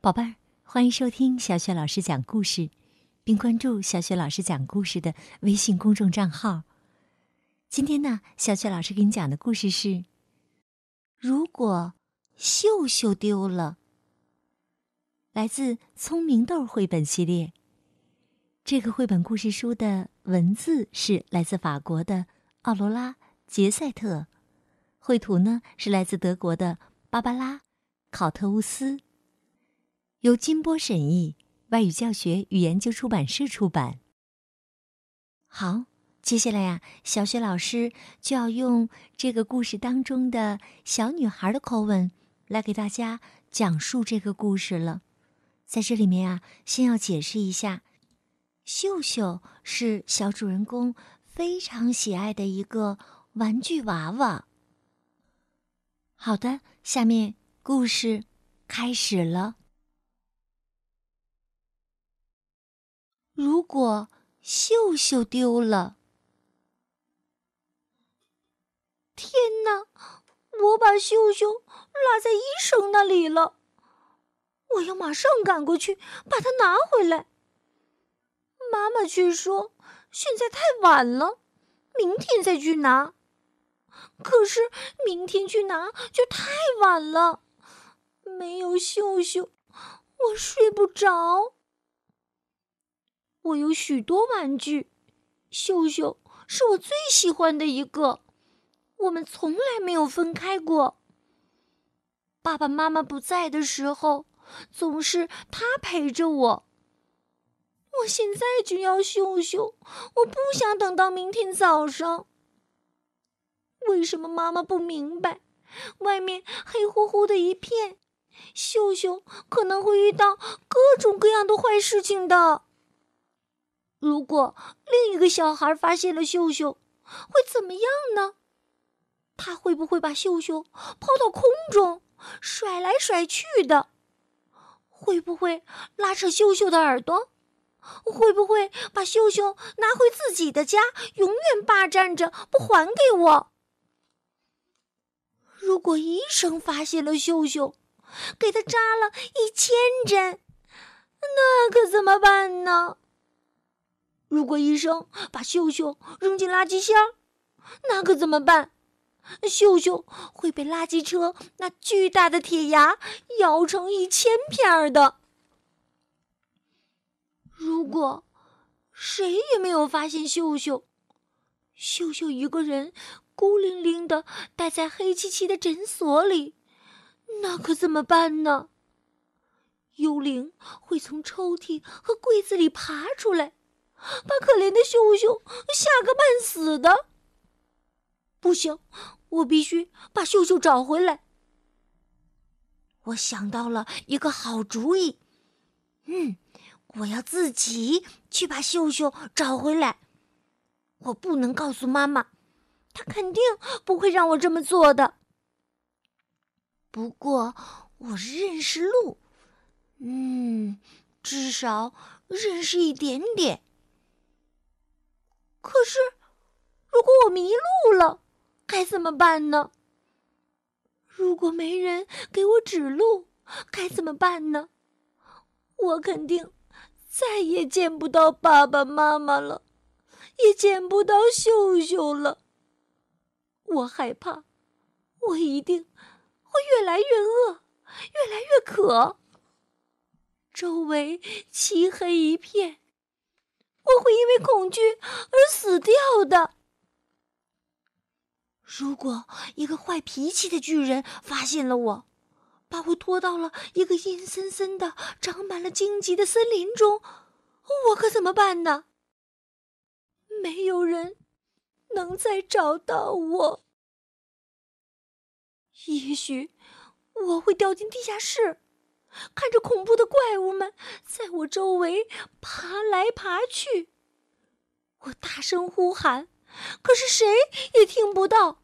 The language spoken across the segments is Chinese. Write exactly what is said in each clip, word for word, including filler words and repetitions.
宝贝儿，欢迎收听小雪老师讲故事，并关注小雪老师讲故事的微信公众账号。今天呢，小雪老师给你讲的故事是：如果秀秀丢了。来自聪明豆绘本系列。这个绘本故事书的文字是来自法国的奥罗拉·杰塞特，绘图呢是来自德国的芭芭拉·考特乌斯，由金波审译，外语教学与研究出版社出版。好，接下来呀、啊，小雪老师就要用这个故事当中的小女孩的口吻来给大家讲述这个故事了。在这里面啊，先要解释一下，秀秀是小主人公非常喜爱的一个玩具娃娃。好的，下面故事开始了。如果秀秀丢了。天哪，我把秀秀落在医生那里了，我要马上赶过去把它拿回来。妈妈却说现在太晚了，明天再去拿。可是明天去拿就太晚了，没有秀秀，我睡不着。我有许多玩具，秀秀是我最喜欢的一个，我们从来没有分开过。爸爸妈妈不在的时候，总是他陪着我。我现在就要秀秀，我不想等到明天早上。为什么妈妈不明白？外面黑乎乎的一片，秀秀可能会遇到各种各样的坏事情的。如果另一个小孩发现了秀秀，会怎么样呢？他会不会把秀秀抛到空中，甩来甩去的？会不会拉扯秀秀的耳朵？会不会把秀秀拿回自己的家，永远霸占着不还给我？如果医生发现了秀秀，给他扎了一千针，那可怎么办呢？如果医生把秀秀扔进垃圾箱，那可怎么办？秀秀会被垃圾车那巨大的铁牙咬成一千片的。如果谁也没有发现秀秀，秀秀一个人孤零零地待在黑漆漆的诊所里，那可怎么办呢？幽灵会从抽屉和柜子里爬出来，把可怜的秀秀吓个半死的。不行，我必须把秀秀找回来。我想到了一个好主意。嗯，我要自己去把秀秀找回来。我不能告诉妈妈，她肯定不会让我这么做的。不过，我认识路，嗯，至少认识一点点。可是，如果我迷路了，该怎么办呢？如果没人给我指路，该怎么办呢？我肯定再也见不到爸爸妈妈了，也见不到秀秀了。我害怕，我一定会越来越饿，越来越渴。周围漆黑一片，我会因为恐惧而死掉的。如果一个坏脾气的巨人发现了我，把我拖到了一个阴森森的、长满了荆棘的森林中，我可怎么办呢？没有人能再找到我。也许我会掉进地下室，看着恐怖的怪物们在我周围爬来爬去。我大声呼喊，可是谁也听不到。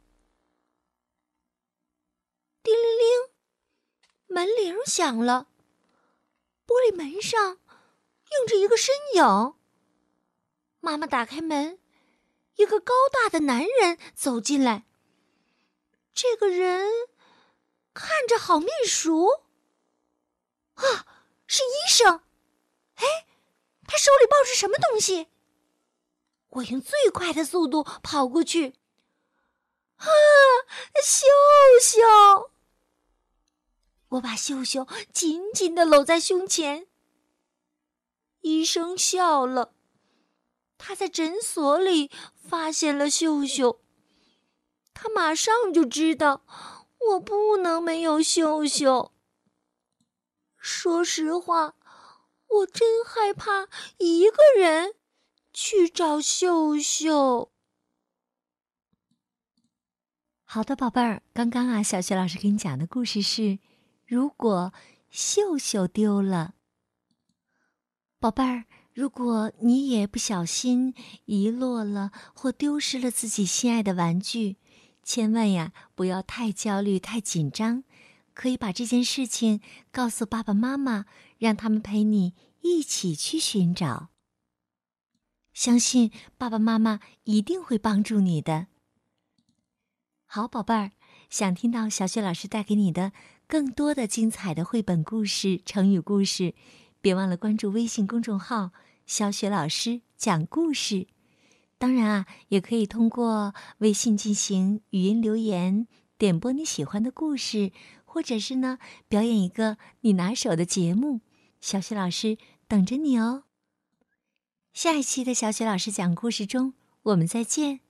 叮铃铃，门铃响了，玻璃门上映着一个身影。妈妈打开门，一个高大的男人走进来。这个人看着好面熟。啊， 是医生！哎，他手里抱着什么东西？我用最快的速度跑过去。啊，秀秀！我把秀秀紧紧地搂在胸前。医生笑了，他在诊所里发现了秀秀。他马上就知道我不能没有秀秀。说实话，我真害怕一个人去找秀秀。 好的，宝贝儿，刚刚啊，小雪老师给你讲的故事是：如果秀秀丢了。宝贝儿，如果你也不小心遗落了或丢失了自己心爱的玩具，千万呀不要太焦虑、太紧张，可以把这件事情告诉爸爸妈妈，让他们陪你一起去寻找。相信爸爸妈妈一定会帮助你的。好，宝贝儿，想听到小雪老师带给你的更多的精彩的绘本故事、成语故事，别忘了关注微信公众号“小雪老师讲故事”。当然啊，也可以通过微信进行语音留言，点播你喜欢的故事，或者是呢，表演一个你拿手的节目，小雪老师等着你哦。下一期的小雪老师讲故事中，我们再见。